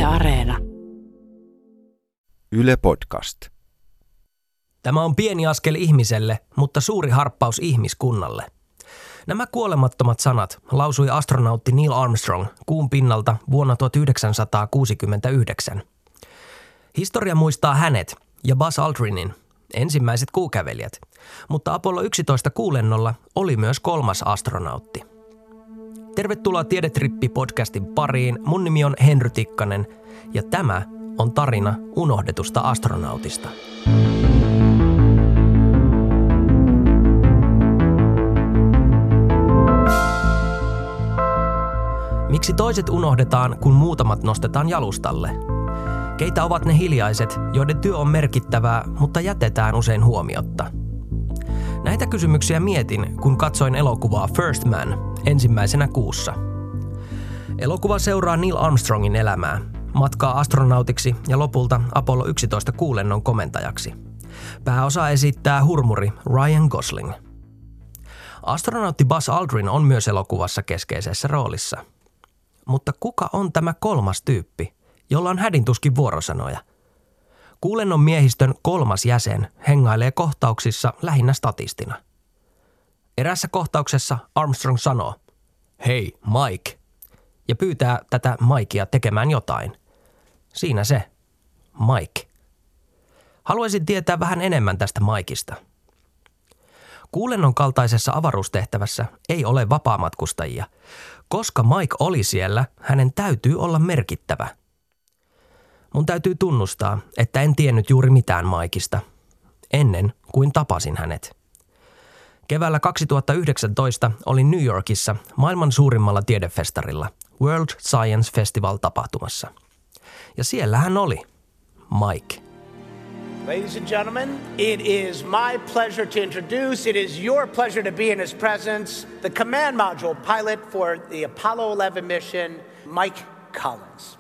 Areena. Yle Podcast. Tämä on pieni askel ihmiselle, mutta suuri harppaus ihmiskunnalle. Nämä kuolemattomat sanat lausui astronautti Neil Armstrong kuun pinnalta vuonna 1969. Historia muistaa hänet ja Buzz Aldrinin, ensimmäiset kuukävelijät, mutta Apollo 11 kuulennolla oli myös kolmas astronautti. Tervetuloa Tiedetrippi-podcastin pariin. Mun nimi on Henry Tikkanen ja tämä on tarina unohdetusta astronautista. Miksi toiset unohdetaan, kun muutamat nostetaan jalustalle? Keitä ovat ne hiljaiset, joiden työ on merkittävää, mutta jätetään usein huomiotta? Näitä kysymyksiä mietin, kun katsoin elokuvaa First Man ensimmäisenä kuussa. Elokuva seuraa Neil Armstrongin elämää, matkaa astronautiksi ja lopulta Apollo 11 kuulennon komentajaksi. Pääosa esittää hurmuri Ryan Gosling. Astronautti Buzz Aldrin on myös elokuvassa keskeisessä roolissa. Mutta kuka on tämä kolmas tyyppi, jolla on hädintuskin vuorosanoja? Kuulennon miehistön kolmas jäsen hengailee kohtauksissa lähinnä statistina. Erässä kohtauksessa Armstrong sanoo, "Hei, Mike", ja pyytää tätä Mikea tekemään jotain. Siinä se, Mike. Haluaisin tietää vähän enemmän tästä Mikeista. Kuulennon kaltaisessa avaruustehtävässä ei ole vapaamatkustajia. Koska Mike oli siellä, hänen täytyy olla merkittävä. Mun täytyy tunnustaa, että en tiennyt juuri mitään Mikeista, ennen kuin tapasin hänet. Keväällä 2019 olin New Yorkissa maailman suurimmalla tiedefestarilla, World Science Festival-tapahtumassa. Ja siellä hän oli, Mike. Ladies and gentlemen, it is my pleasure to introduce, it is your pleasure to be in his presence, the command module pilot for the Apollo 11 mission, Mike Collins.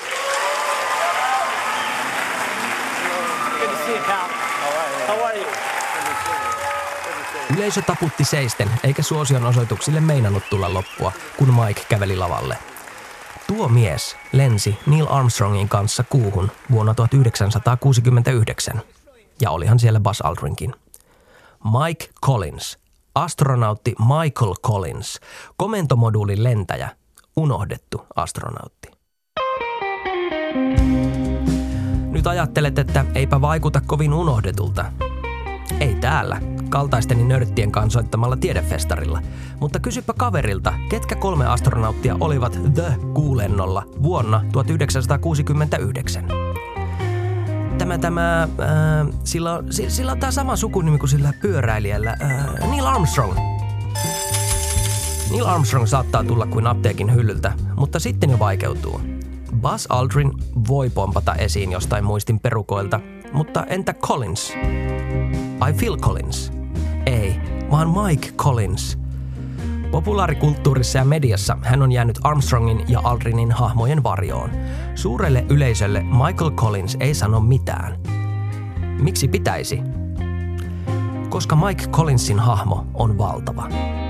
Good to see you, pal. How are you? Yleisö taputti seisten, eikä suosion osoituksille meinannut tulla loppua, kun Mike käveli lavalle. Tuo mies lensi Neil Armstrongin kanssa kuuhun vuonna 1969, ja olihan siellä Buzz Aldrinkin. Mike Collins, astronautti Michael Collins, komentomoduulin lentäjä, unohdettu astronautti. Nyt ajattelet, että eipä vaikuta kovin unohdetulta. Ei täällä, kaltaisteni nörttien kansoittamalla tiedefestarilla, mutta kysypä kaverilta, ketkä 3 astronauttia olivat The-kuulennolla vuonna 1969. Sillä on tämä sama sukunimi kuin sillä pyöräilijällä, Neil Armstrong. Neil Armstrong saattaa tulla kuin apteekin hyllyltä, mutta sitten jo vaikeutuu. Buzz Aldrin voi pompata esiin jostain muistin perukoilta, mutta entä Collins? Phil Collins? Ei, vaan Mike Collins. Populaarikulttuurissa ja mediassa hän on jäänyt Armstrongin ja Aldrinin hahmojen varjoon. Suurelle yleisölle Michael Collins ei sano mitään. Miksi pitäisi? Koska Mike Collinsin hahmo on valtava.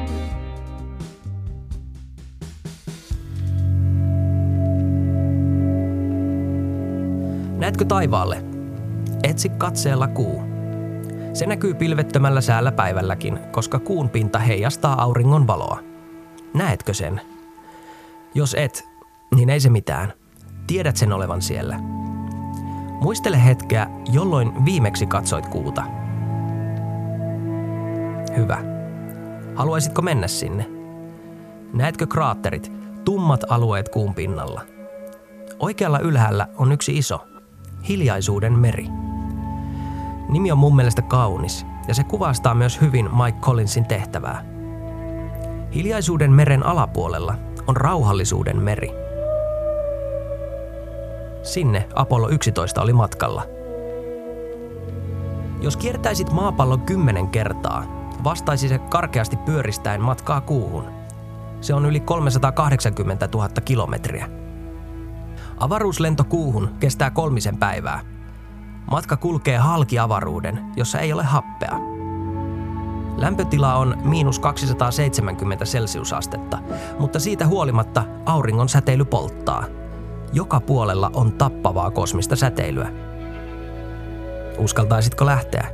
Näetkö taivaalle? Etsi katseella kuu. Se näkyy pilvettömällä säällä päivälläkin, koska kuun pinta heijastaa auringon valoa. Näetkö sen? Jos et, niin ei se mitään. Tiedät sen olevan siellä. Muistele hetkeä, jolloin viimeksi katsoit kuuta. Hyvä. Haluaisitko mennä sinne? Näetkö kraatterit, tummat alueet kuun pinnalla? Oikealla ylhäällä on yksi iso, hiljaisuuden meri. Nimi on mun mielestä kaunis, ja se kuvastaa myös hyvin Mike Collinsin tehtävää. Hiljaisuuden meren alapuolella on rauhallisuuden meri. Sinne Apollo 11 oli matkalla. Jos kiertäisit maapallon 10 kertaa, vastaisi se karkeasti pyöristäen matkaa kuuhun. Se on yli 380 000 kilometriä. Avaruuslento kuuhun kestää 3 päivää. Matka kulkee halki avaruuden, jossa ei ole happea. Lämpötila on -270 celsiusastetta, mutta siitä huolimatta auringon säteily polttaa. joka puolella on tappavaa kosmista säteilyä. Uskaltaisitko lähteä?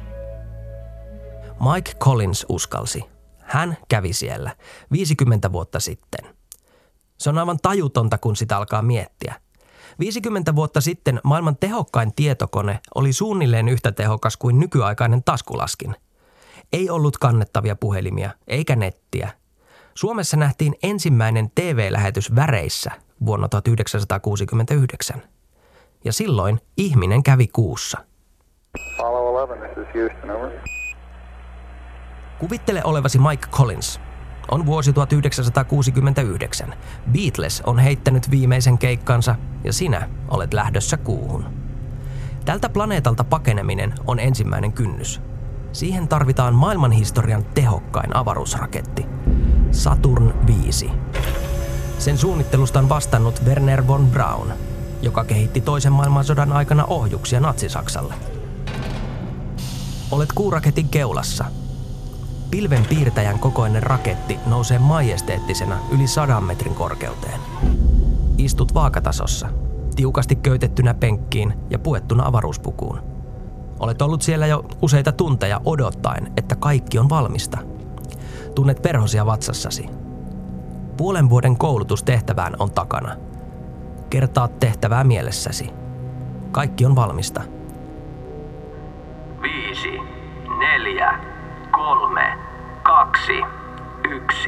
Mike Collins uskalsi. Hän kävi siellä 50 vuotta sitten. Se on aivan tajutonta, kun sitä alkaa miettiä. 50 vuotta sitten maailman tehokkain tietokone oli suunnilleen yhtä tehokas kuin nykyaikainen taskulaskin. Ei ollut kannettavia puhelimia eikä nettiä. Suomessa nähtiin ensimmäinen TV-lähetys väreissä vuonna 1969. Ja silloin ihminen kävi kuussa. Apollo 11, this is Houston, over. Kuvittele olevasi Mike Collins. On vuosi 1969. Beatles on heittänyt viimeisen keikkansa ja sinä olet lähdössä kuuhun. Tältä planeetalta pakeneminen on ensimmäinen kynnys. Siihen tarvitaan maailmanhistorian tehokkain avaruusraketti. Saturn V. Sen suunnittelusta on vastannut Wernher von Braun, joka kehitti toisen maailmansodan aikana ohjuksia Natsi-Saksalle. Olet kuuraketin keulassa. Pilvenpiirtäjän kokoinen raketti nousee majesteettisena yli 100 metrin korkeuteen. Istut vaakatasossa, tiukasti köytettynä penkkiin ja puettuna avaruuspukuun. Olet ollut siellä jo useita tunteja odottaen, että kaikki on valmista. Tunnet perhosia vatsassasi. Puolen vuoden koulutus tehtävään on takana. Kertaat tehtävää mielessäsi. Kaikki on valmista. 5, 4, 3, 2, 1.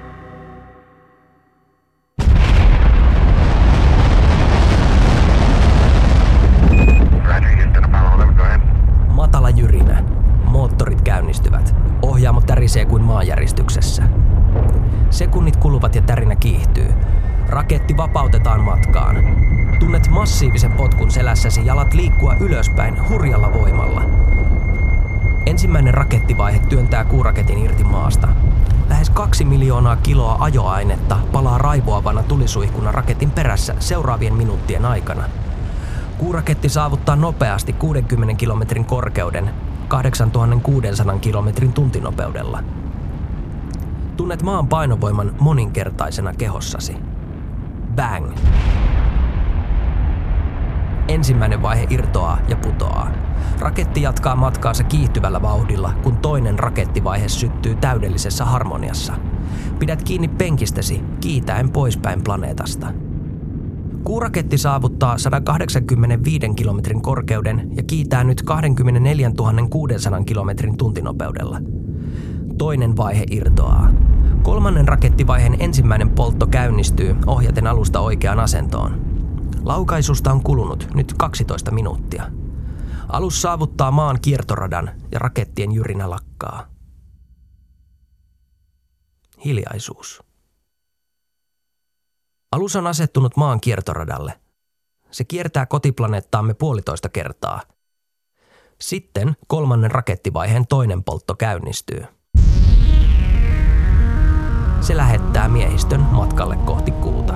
Roger, Houston, Apollo 11, go ahead. Matala jyrinä. Moottorit käynnistyvät. Ohjaamo tärisee kuin maanjäristyksessä. Sekunnit kuluvat ja tärinä kiihtyy. Raketti vapautetaan matkaan. Tunnet massiivisen potkun selässäsi, jalat liikkua ylöspäin hurjalla voimalla. Ensimmäinen rakettivaihe työntää kuuraketin irti maasta. Lähes 2 miljoonaa kiloa ajoainetta palaa raivoavana tulisuihkuna raketin perässä seuraavien minuuttien aikana. Kuuraketti saavuttaa nopeasti 60 kilometrin korkeuden 8600 kilometrin tuntinopeudella. Tunnet maan painovoiman moninkertaisena kehossasi. Bang! Ensimmäinen vaihe irtoaa ja putoaa. Raketti jatkaa matkaansa kiihtyvällä vauhdilla, kun toinen rakettivaihe syttyy täydellisessä harmoniassa. Pidät kiinni penkistäsi, kiitäen poispäin planeetasta. Kuuraketti saavuttaa 185 kilometrin korkeuden ja kiitää nyt 24 600 kilometrin tuntinopeudella. Toinen vaihe irtoaa. Kolmannen rakettivaiheen ensimmäinen poltto käynnistyy ohjaten alusta oikeaan asentoon. Laukaisusta on kulunut nyt 12 minuuttia. Alus saavuttaa maan kiertoradan ja rakettien jyrinä lakkaa. Hiljaisuus. Alus on asettunut maan kiertoradalle. Se kiertää kotiplaneettaamme 1,5 kertaa. Sitten kolmannen rakettivaiheen toinen poltto käynnistyy. Se lähettää miehistön matkalle kohti kuuta.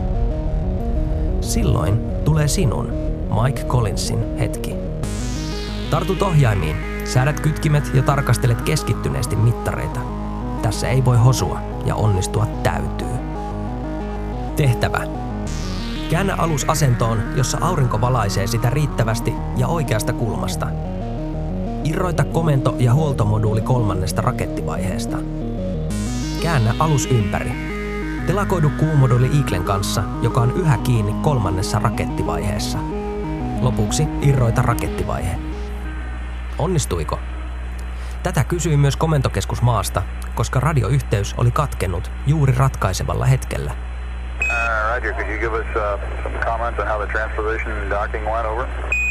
Silloin tulee sinun, Mike Collinsin, hetki. Tartut ohjaimiin, säädät kytkimet ja tarkastelet keskittyneesti mittareita. Tässä ei voi hosua ja onnistua täytyy. Tehtävä. Käännä alus asentoon, jossa aurinko valaisee sitä riittävästi ja oikeasta kulmasta. Irroita komento- ja huoltomoduuli kolmannesta rakettivaiheesta. Käännä alus ympäri. Telakoidu kuumoduuli Eaglen kanssa, joka on yhä kiinni kolmannessa rakettivaiheessa. Lopuksi irroita rakettivaihe. Onnistuiko? Tätä kysyi myös komentokeskus maasta, koska radioyhteys oli katkennut juuri ratkaisevalla hetkellä. Roger, could you give us some comments on how the transposition and docking went, over?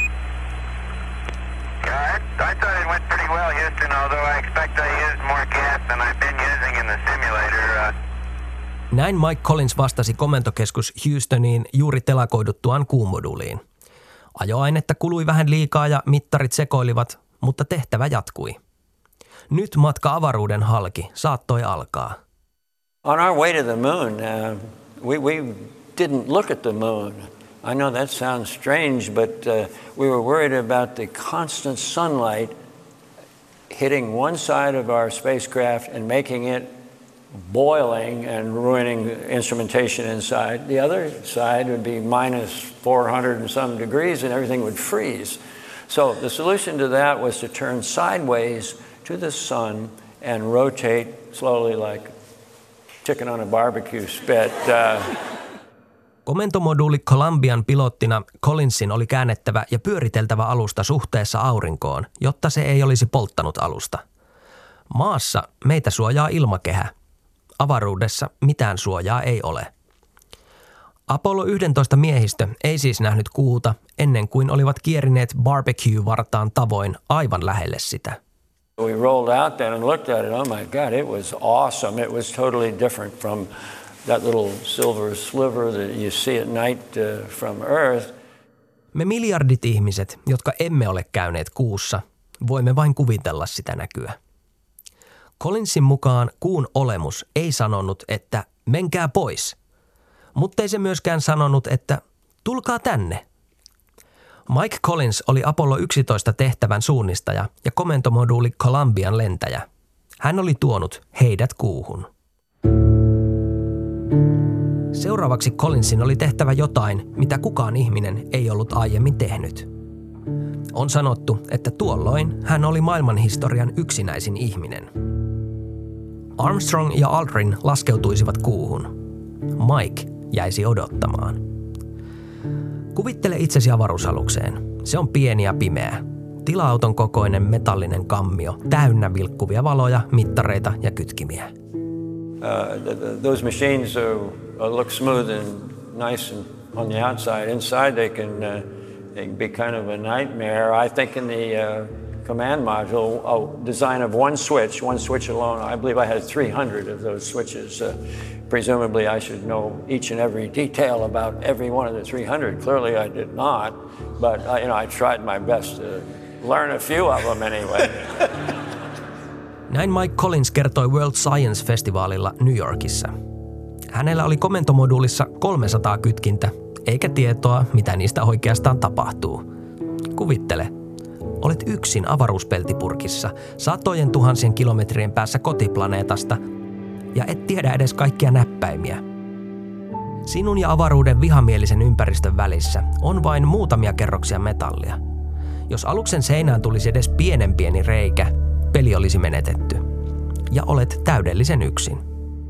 I thought it went pretty well, Houston, although I expect I used more gas than I've been using in the simulator. Näin Mike Collins vastasi komentokeskus Houstoniin juuri telakoiduttuaan kuumoduuliin. Ajoainetta kului vähän liikaa ja mittarit sekoilivat, mutta tehtävä jatkui. Nyt matka avaruuden halki saattoi alkaa. On our way to the moon, we didn't look at the moon. I know that sounds strange, but we were worried about the constant sunlight hitting one side of our spacecraft and making it boiling and ruining instrumentation inside. The other side would be minus 400 and some degrees and everything would freeze. So the solution to that was to turn sideways to the sun and rotate slowly like chicken on a barbecue spit. Komentomoduuli Columbian pilottina Collinsin oli käännettävä ja pyöriteltävä alusta suhteessa aurinkoon, jotta se ei olisi polttanut alusta. Maassa meitä suojaa ilmakehä. Avaruudessa mitään suojaa ei ole. Apollo 11 miehistö ei siis nähnyt kuuta ennen kuin olivat kierineet barbecue-vartaan tavoin aivan lähelle sitä. We rolled out then and looked at it. Oh my God, it was awesome. It was totally different from that little silver sliver that you see at night from Earth. Me miljardit ihmiset, jotka emme ole käyneet kuussa, voimme vain kuvitella sitä näkyä. Collinsin mukaan kuun olemus ei sanonut, että menkää pois, mutta ei se myöskään sanonut, että tulkaa tänne. Mike Collins oli Apollo 11 tehtävän suunnistaja ja komentomoduuli Columbian lentäjä. Hän oli tuonut heidät kuuhun. Seuraavaksi Collinsin oli tehtävä jotain, mitä kukaan ihminen ei ollut aiemmin tehnyt. On sanottu, että tuolloin hän oli maailmanhistorian yksinäisin ihminen. Armstrong ja Aldrin laskeutuisivat kuuhun. Mike jäisi odottamaan. Kuvittele itsesi avaruusalukseen. Se on pieni ja pimeä. Tila-auton kokoinen metallinen kammio, täynnä vilkkuvia valoja, mittareita ja kytkimiä. Those machines look smooth and nice and on the outside. Inside they can be kind of a nightmare. I think in the command module, design of one switch alone, I believe I had 300 of those switches. Presumably I should know each and every detail about every one of the 300. Clearly I did not, but I tried my best to learn a few of them anyway. Näin Mike Collins kertoi World Science-festivaalilla New Yorkissa. Hänellä oli komentomoduulissa 300 kytkintä, eikä tietoa, mitä niistä oikeastaan tapahtuu. Kuvittele, olet yksin avaruuspeltipurkissa satojen tuhansien kilometrien päässä kotiplaneetasta ja et tiedä edes kaikkia näppäimiä. Sinun ja avaruuden vihamielisen ympäristön välissä on vain muutamia kerroksia metallia. Jos aluksen seinään tulisi edes pieni reikä, peli olisi menetetty. Ja olet täydellisen yksin.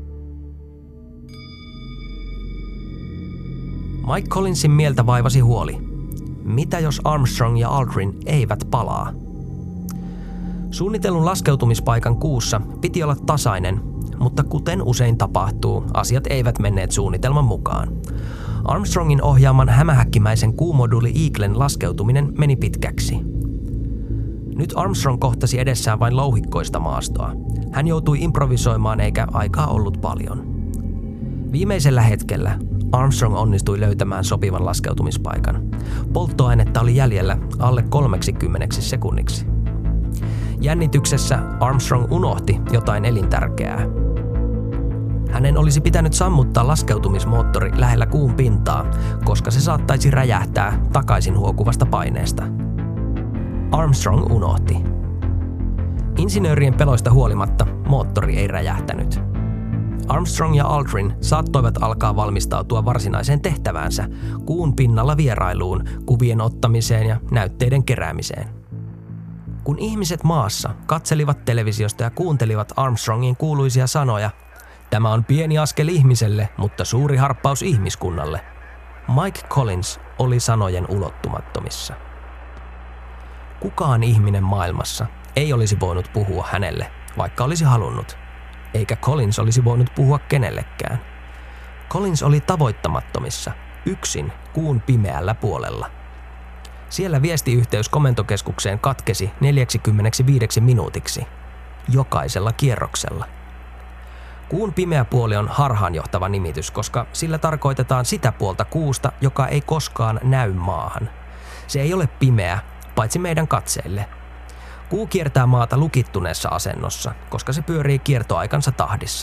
Mike Collinsin mieltä vaivasi huoli. Mitä jos Armstrong ja Aldrin eivät palaa? Suunnitellun laskeutumispaikan kuussa piti olla tasainen, mutta kuten usein tapahtuu, asiat eivät menneet suunnitelman mukaan. Armstrongin ohjaaman hämähäkkimäisen kuumoduuli Eaglen laskeutuminen meni pitkäksi. Nyt Armstrong kohtasi edessään vain louhikkoista maastoa. Hän joutui improvisoimaan eikä aikaa ollut paljon. Viimeisellä hetkellä Armstrong onnistui löytämään sopivan laskeutumispaikan. Polttoainetta oli jäljellä alle 30 sekunniksi. Jännityksessä Armstrong unohti jotain elintärkeää. Hänen olisi pitänyt sammuttaa laskeutumismoottori lähellä kuun pintaa, koska se saattaisi räjähtää takaisin huokuvasta paineesta. Armstrong unohti. Insinöörien peloista huolimatta moottori ei räjähtänyt. Armstrong ja Aldrin saattoivat alkaa valmistautua varsinaiseen tehtäväänsä, kuun pinnalla vierailuun, kuvien ottamiseen ja näytteiden keräämiseen. Kun ihmiset maassa katselivat televisiosta ja kuuntelivat Armstrongin kuuluisia sanoja, tämä on pieni askel ihmiselle, mutta suuri harppaus ihmiskunnalle, Mike Collins oli sanojen ulottumattomissa. Kukaan ihminen maailmassa ei olisi voinut puhua hänelle, vaikka olisi halunnut, eikä Collins olisi voinut puhua kenellekään. Collins oli tavoittamattomissa, yksin kuun pimeällä puolella. Siellä viestiyhteys komentokeskukseen katkesi 45 minuutiksi, jokaisella kierroksella. Kuun pimeä puoli on harhaanjohtava nimitys, koska sillä tarkoitetaan sitä puolta kuusta, joka ei koskaan näy maahan. Se ei ole pimeä, paitsi meidän katseille. Kuu kiertää maata lukittuneessa asennossa, koska se pyörii kiertoaikansa tahdissa.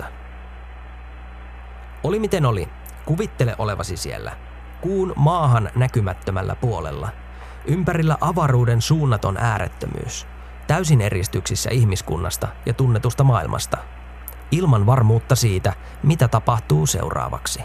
Oli miten oli, kuvittele olevasi siellä, kuun maahan näkymättömällä puolella. Ympärillä avaruuden suunnaton äärettömyys, täysin eristyksissä ihmiskunnasta ja tunnetusta maailmasta. ilman varmuutta siitä, mitä tapahtuu seuraavaksi.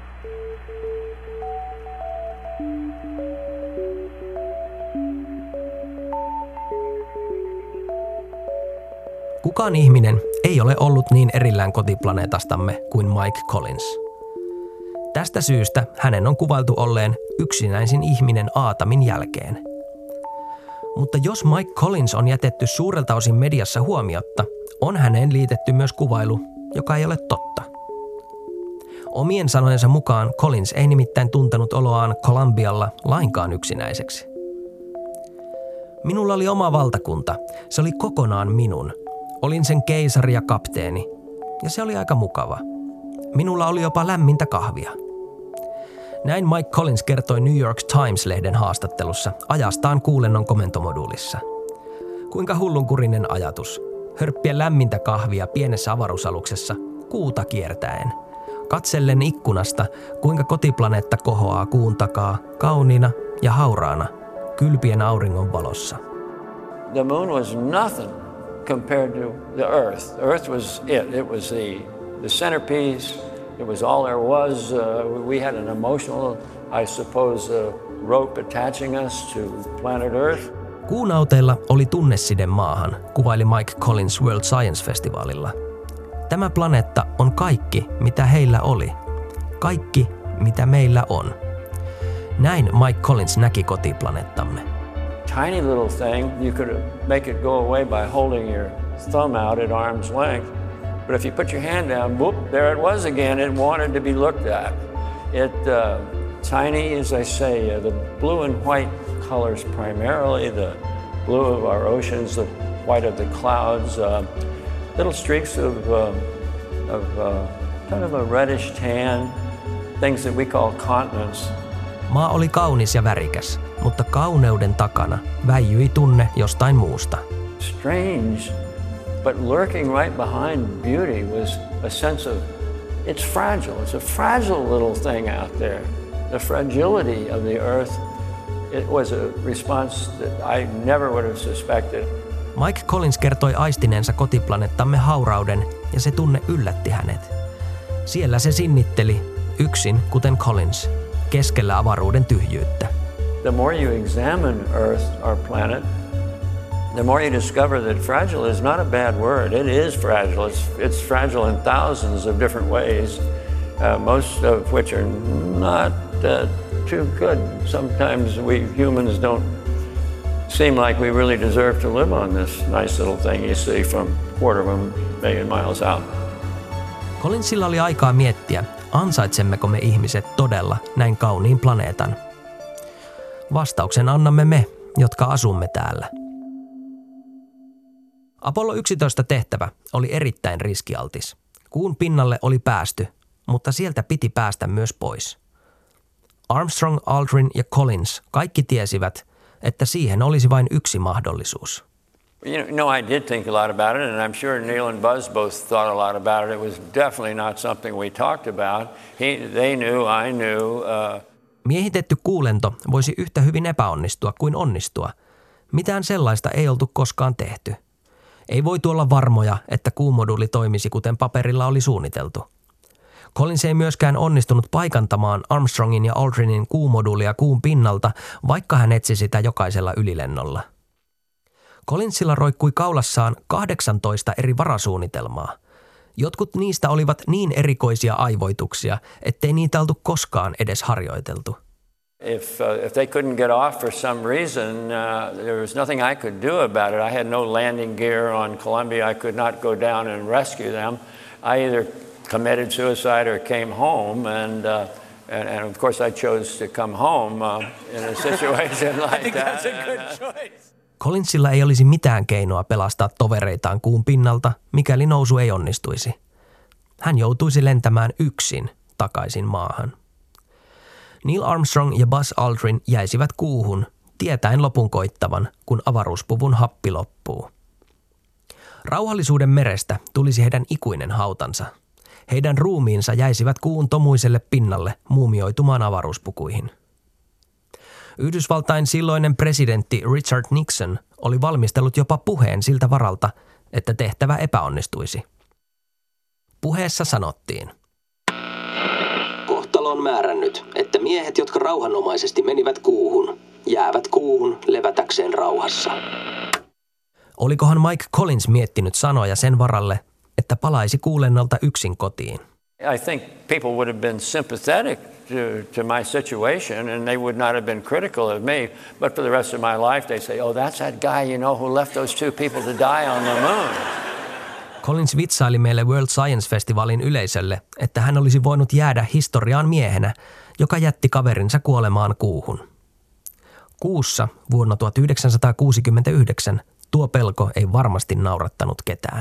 Kukaan ihminen ei ole ollut niin erillään kotiplaneetastamme kuin Mike Collins. Tästä syystä hänen on kuvailtu olleen yksinäisin ihminen Aatamin jälkeen. Mutta jos Mike Collins on jätetty suurelta osin mediassa huomiotta, on häneen liitetty myös kuvailu, joka ei ole totta. Omien sanojensa mukaan Collins ei nimittäin tuntenut oloaan Columbialla lainkaan yksinäiseksi. Minulla oli oma valtakunta, se oli kokonaan minun. Olin sen keisari ja kapteeni, ja se oli aika mukava. Minulla oli jopa lämmintä kahvia. Näin Mike Collins kertoi New York Times-lehden haastattelussa ajastaan kuulennon komentomoduulissa. Kuinka hullunkurinen ajatus. Hörppiä lämmintä kahvia pienessä avaruusaluksessa, kuuta kiertäen. Katsellen ikkunasta, kuinka kotiplaneetta kohoaa kuun takaa, kauniina ja hauraana, kylpien auringon valossa. The moon was nothing compared to the Earth. The Earth was it. It was the centerpiece. It was all there was. We had an emotional, I suppose, rope attaching us to planet Earth. Kuunauteilla oli tunneside maahan, kuvaili Mike Collins World Science Festivalilla. Tämä planeetta on kaikki, mitä heillä oli. Kaikki, mitä meillä on. Näin Mike Collins näki kotiplaneettamme. Tiny little thing, you could make it go away by holding your thumb out at arm's length. But if you put your hand down, whoop, there it was again. It wanted to be looked at. Tiny, as I say, the blue and white colors primarily, the blue of our oceans, the white of the clouds, little streaks of kind of a reddish tan, things that we call continents. Maa oli kaunis ja värikäs, mutta kauneuden takana väijyi tunne jostain muusta. Strange, but lurking right behind beauty was a sense of it's fragile. It's a fragile little thing out there. The fragility of the Earth, it was a response that I never would have suspected. Mike Collins kertoi aistineensa kotiplaneettamme haurauden ja se tunne yllätti hänet. Siellä se sinnitteli, yksin kuten Collins, keskellä avaruuden tyhjyyttä. The more you examine Earth, our planet, the more you discover that fragile is not a bad word. It is fragile. It's fragile in thousands of different ways, most of which are not too good. Sometimes we humans don't seem like we really deserve to live on this nice little thing you see from 250,000 miles out. Collinsilla oli aikaa miettiä, ansaitsemmeko me ihmiset todella näin kauniin planeetan. Vastauksen annamme me, jotka asumme täällä. Apollo 11 tehtävä oli erittäin riskialtis. Kuun pinnalle oli päästy, mutta sieltä piti päästä myös pois. Armstrong, Aldrin ja Collins kaikki tiesivät, että siihen olisi vain yksi mahdollisuus. I did think a lot about it, and I'm sure Neil and Buzz both thought a lot about it. It was definitely not something we talked about. They knew, I knew. Miehitetty kuulento voisi yhtä hyvin epäonnistua kuin onnistua. Mitään sellaista ei oltu koskaan tehty. Ei voitu olla varmoja, että kuumoduuli toimisi kuten paperilla oli suunniteltu. Collins ei myöskään onnistunut paikantamaan Armstrongin ja Aldrinin kuumoduulia kuun pinnalta, vaikka hän etsi sitä jokaisella ylilennolla. Collinsilla roikkui kaulassaan 18 eri varasuunnitelmaa. Jotkut niistä olivat niin erikoisia aivoituksia, ettei niitä oltu koskaan edes harjoiteltu. If they couldn't get off for some reason, there was nothing I could do about it. I had no landing gear on Columbia. I could not go down and rescue them. I either committed suicide or came home, and of course I chose to come home in a situation like I think that. that's a good choice. Collinsilla ei olisi mitään keinoa pelastaa tovereitaan kuun pinnalta, mikäli nousu ei onnistuisi. Hän joutuisi lentämään yksin takaisin maahan. Neil Armstrong ja Buzz Aldrin jäisivät kuuhun, tietäen lopun koittavan, kun avaruuspuvun happi loppuu. Rauhallisuuden merestä tulisi heidän ikuinen hautansa. Heidän ruumiinsa jäisivät kuun tomuiselle pinnalle muumioitumaan avaruuspukuihin. Yhdysvaltain silloinen presidentti Richard Nixon oli valmistellut jopa puheen siltä varalta, että tehtävä epäonnistuisi. Puheessa sanottiin: Kohtalo on määrännyt, että miehet, jotka rauhanomaisesti menivät kuuhun, jäävät kuuhun levätäkseen rauhassa. Olikohan Mike Collins miettinyt sanoja sen varalle, että palaisi kuulennolta yksin kotiin? I think people would have been sympathetic to my situation and they would not have been critical of me, but for the rest of my life they say, oh, that's that guy, you know, who left those two people to die on the moon. Collins vitsaili meille World Science Festivalin yleisölle, että hän olisi voinut jäädä historiaan miehenä, joka jätti kaverinsa kuolemaan kuuhun. Kuussa vuonna 1969 tuo pelko ei varmasti naurattanut ketään.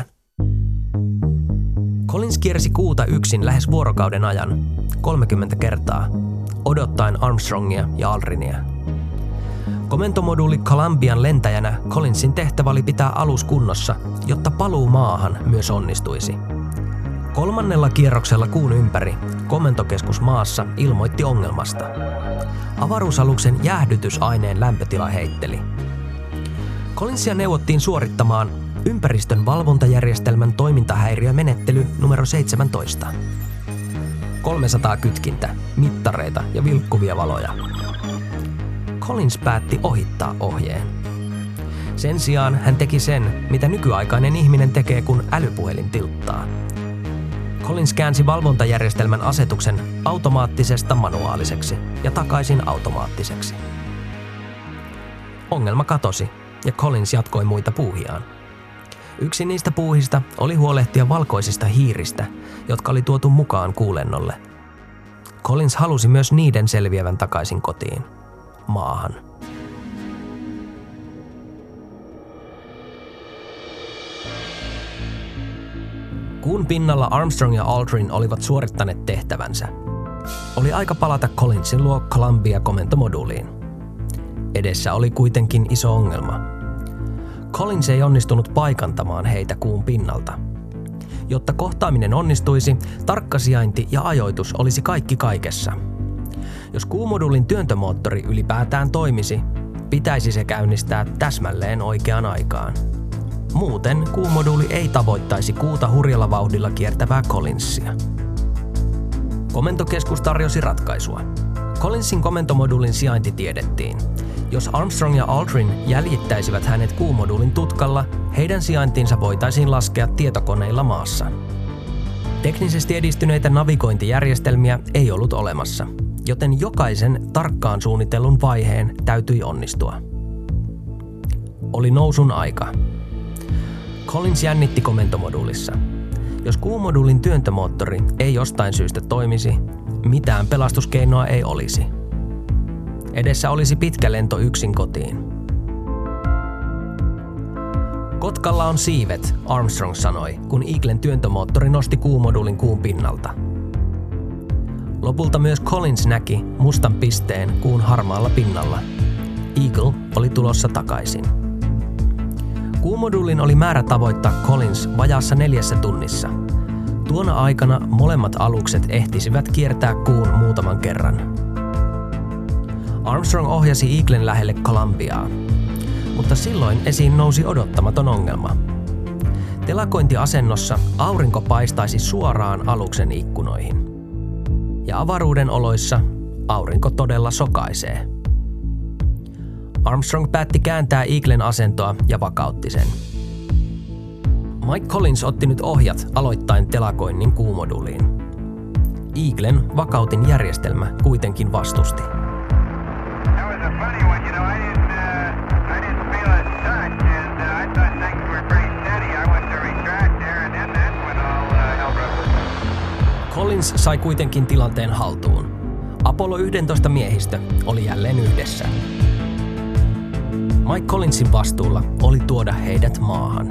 Collins kiersi kuuta yksin lähes vuorokauden ajan, 30 kertaa, odottaen Armstrongia ja Aldrinia. Komentomoduuli Columbian lentäjänä Collinsin tehtävä oli pitää alus kunnossa, jotta paluu maahan myös onnistuisi. 3. kierroksella kuun ympäri komentokeskus maassa ilmoitti ongelmasta. Avaruusaluksen jäähdytysaineen lämpötila heitteli. Collinsia neuvottiin suorittamaan ympäristön valvontajärjestelmän toimintahäiriömenettely numero 17. 300 kytkintä, mittareita ja vilkkuvia valoja. Collins päätti ohittaa ohjeen. Sen sijaan hän teki sen, mitä nykyaikainen ihminen tekee, kun älypuhelin tilttaa. Collins käänsi valvontajärjestelmän asetuksen automaattisesta manuaaliseksi ja takaisin automaattiseksi. Ongelma katosi ja Collins jatkoi muita puuhiaan. Yksi niistä puuhista oli huolehtia valkoisista hiiristä, jotka oli tuotu mukaan kuulennolle. Collins halusi myös niiden selviävän takaisin kotiin, maahan. Kuun pinnalla Armstrong ja Aldrin olivat suorittaneet tehtävänsä. Oli aika palata Collinsin luo Columbia-komentomoduuliin. Edessä oli kuitenkin iso ongelma. Collins ei onnistunut paikantamaan heitä kuun pinnalta. Jotta kohtaaminen onnistuisi, tarkka sijainti ja ajoitus olisi kaikki kaikessa. Jos kuumoduulin työntömoottori ylipäätään toimisi, pitäisi se käynnistää täsmälleen oikeaan aikaan. Muuten kuumoduuli ei tavoittaisi kuuta hurjalla vauhdilla kiertävää Collinsia. Komentokeskus tarjosi ratkaisua. Collinsin komentomoduulin sijainti tiedettiin. Jos Armstrong ja Aldrin jäljittäisivät hänet kuumoduulin tutkalla, heidän sijaintinsa voitaisiin laskea tietokoneilla maassa. Teknisesti edistyneitä navigointijärjestelmiä ei ollut olemassa, joten jokaisen tarkkaan suunnitellun vaiheen täytyi onnistua. Oli nousun aika. Collins jännitti komentomoduulissa. Jos kuumoduulin työntömoottori ei jostain syystä toimisi, mitään pelastuskeinoa ei olisi. Edessä olisi pitkä lento yksin kotiin. Kotkalla on siivet, Armstrong sanoi, kun Eaglen työntömoottori nosti kuumoduulin kuun pinnalta. Lopulta myös Collins näki mustan pisteen kuun harmaalla pinnalla. Eagle oli tulossa takaisin. Kuumoduulin oli määrä tavoittaa Collins vajaassa 4 tunnissa. Tuona aikana molemmat alukset ehtisivät kiertää kuun muutaman kerran. Armstrong ohjasi Eaglen lähelle Columbiaa, mutta silloin esiin nousi odottamaton ongelma. Telakointiasennossa aurinko paistaisi suoraan aluksen ikkunoihin. Ja avaruuden oloissa aurinko todella sokaisee. Armstrong päätti kääntää Eaglen asentoa ja vakautti sen. Mike Collins otti nyt ohjat aloittaen telakoinnin kuumoduuliin. Eaglen vakautin järjestelmä kuitenkin vastusti. Collins sai kuitenkin tilanteen haltuun. Apollo 11 miehistö oli jälleen yhdessä. Mike Collinsin vastuulla oli tuoda heidät maahan.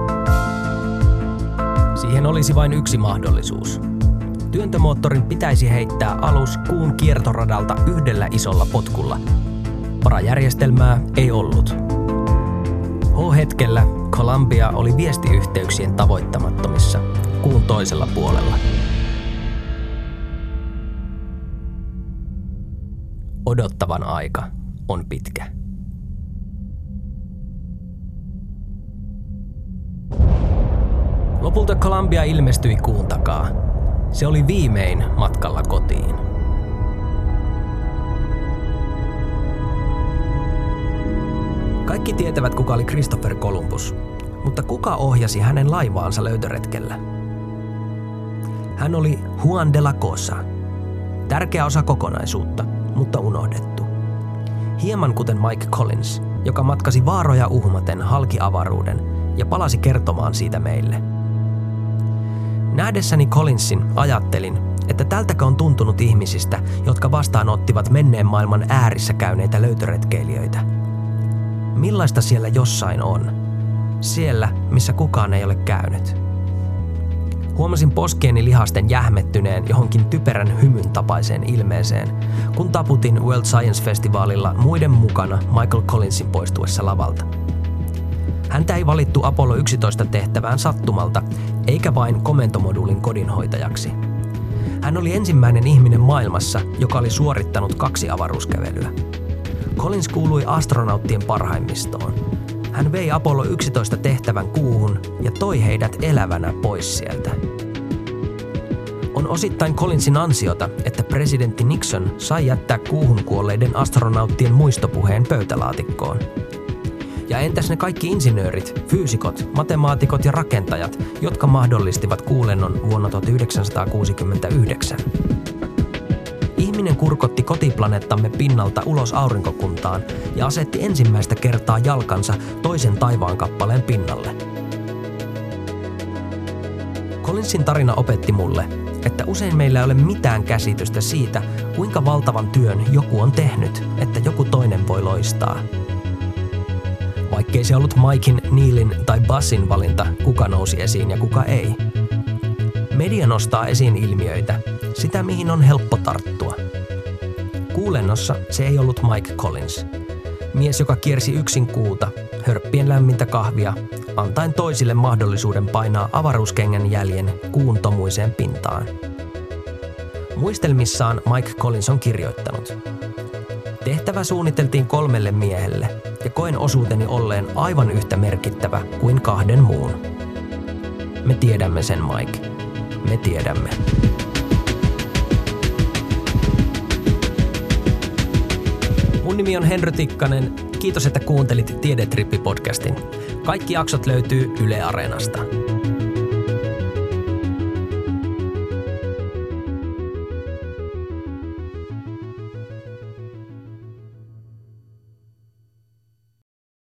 Siihen olisi vain yksi mahdollisuus. Työntömoottorin pitäisi heittää alus kuun kiertoradalta yhdellä isolla potkulla. Varajärjestelmää ei ollut. H-hetkellä Columbia oli viestiyhteyksien tavoittamattomissa kuun toisella puolella. Odottavan aika on pitkä. Lopulta Columbia ilmestyi kuun takaa. Se oli viimein matkalla kotiin. Kaikki tietävät, kuka oli Christopher Columbus, mutta kuka ohjasi hänen laivaansa löytöretkellä? Hän oli Juan de la Cosa. Tärkeä osa kokonaisuutta, mutta unohdettu. Hieman kuten Mike Collins, joka matkasi vaaroja uhmaten halki avaruuden ja palasi kertomaan siitä meille. Nähdessäni Collinsin ajattelin, että tältäkö on tuntunut ihmisistä, jotka vastaanottivat menneen maailman äärissä käyneitä löytöretkeilijöitä. Millaista siellä jossain on? Siellä, missä kukaan ei ole käynyt. Huomasin poskieni lihasten jähmettyneen johonkin typerän hymyn tapaiseen ilmeeseen, kun taputin World Science-festivaalilla muiden mukana Michael Collinsin poistuessa lavalta. Häntä ei valittu Apollo 11 tehtävään sattumalta, eikä vain komentomoduulin kodinhoitajaksi. Hän oli ensimmäinen ihminen maailmassa, joka oli suorittanut 2 avaruuskävelyä. Collins kuului astronauttien parhaimmistoon. Hän vei Apollo 11 tehtävän kuuhun ja toi heidät elävänä pois sieltä. On osittain Collinsin ansiota, että presidentti Nixon sai jättää kuuhun kuolleiden astronauttien muistopuheen pöytälaatikkoon. Ja entäs ne kaikki insinöörit, fyysikot, matemaatikot ja rakentajat, jotka mahdollistivat kuulennon vuonna 1969? Ihminen kurkotti kotiplaneettamme pinnalta ulos aurinkokuntaan ja asetti ensimmäistä kertaa jalkansa toisen taivaankappaleen pinnalle. Collinsin tarina opetti mulle, että usein meillä ei ole mitään käsitystä siitä, kuinka valtavan työn joku on tehnyt, että joku toinen voi loistaa. Vaikkei se ollut Mikein, Neilin tai Buzzin valinta, kuka nousi esiin ja kuka ei. Media nostaa esiin ilmiöitä, sitä mihin on helppo tarttua. Kuulennossa se ei ollut Mike Collins. Mies, joka kiersi yksin kuuta, hörppien lämmintä kahvia, antaen toisille mahdollisuuden painaa avaruuskengän jäljen kuun tomuiseen pintaan. Muistelmissaan Mike Collins on kirjoittanut: tehtävä suunniteltiin 3 miehelle ja koen osuuteni olleen aivan yhtä merkittävä kuin 2 muun. Me tiedämme sen, Mike. Me tiedämme. Mun nimi on Henry Tikkanen. Kiitos, että kuuntelit Tiedetrippi-podcastin. Kaikki jaksot löytyy Yle Areenasta.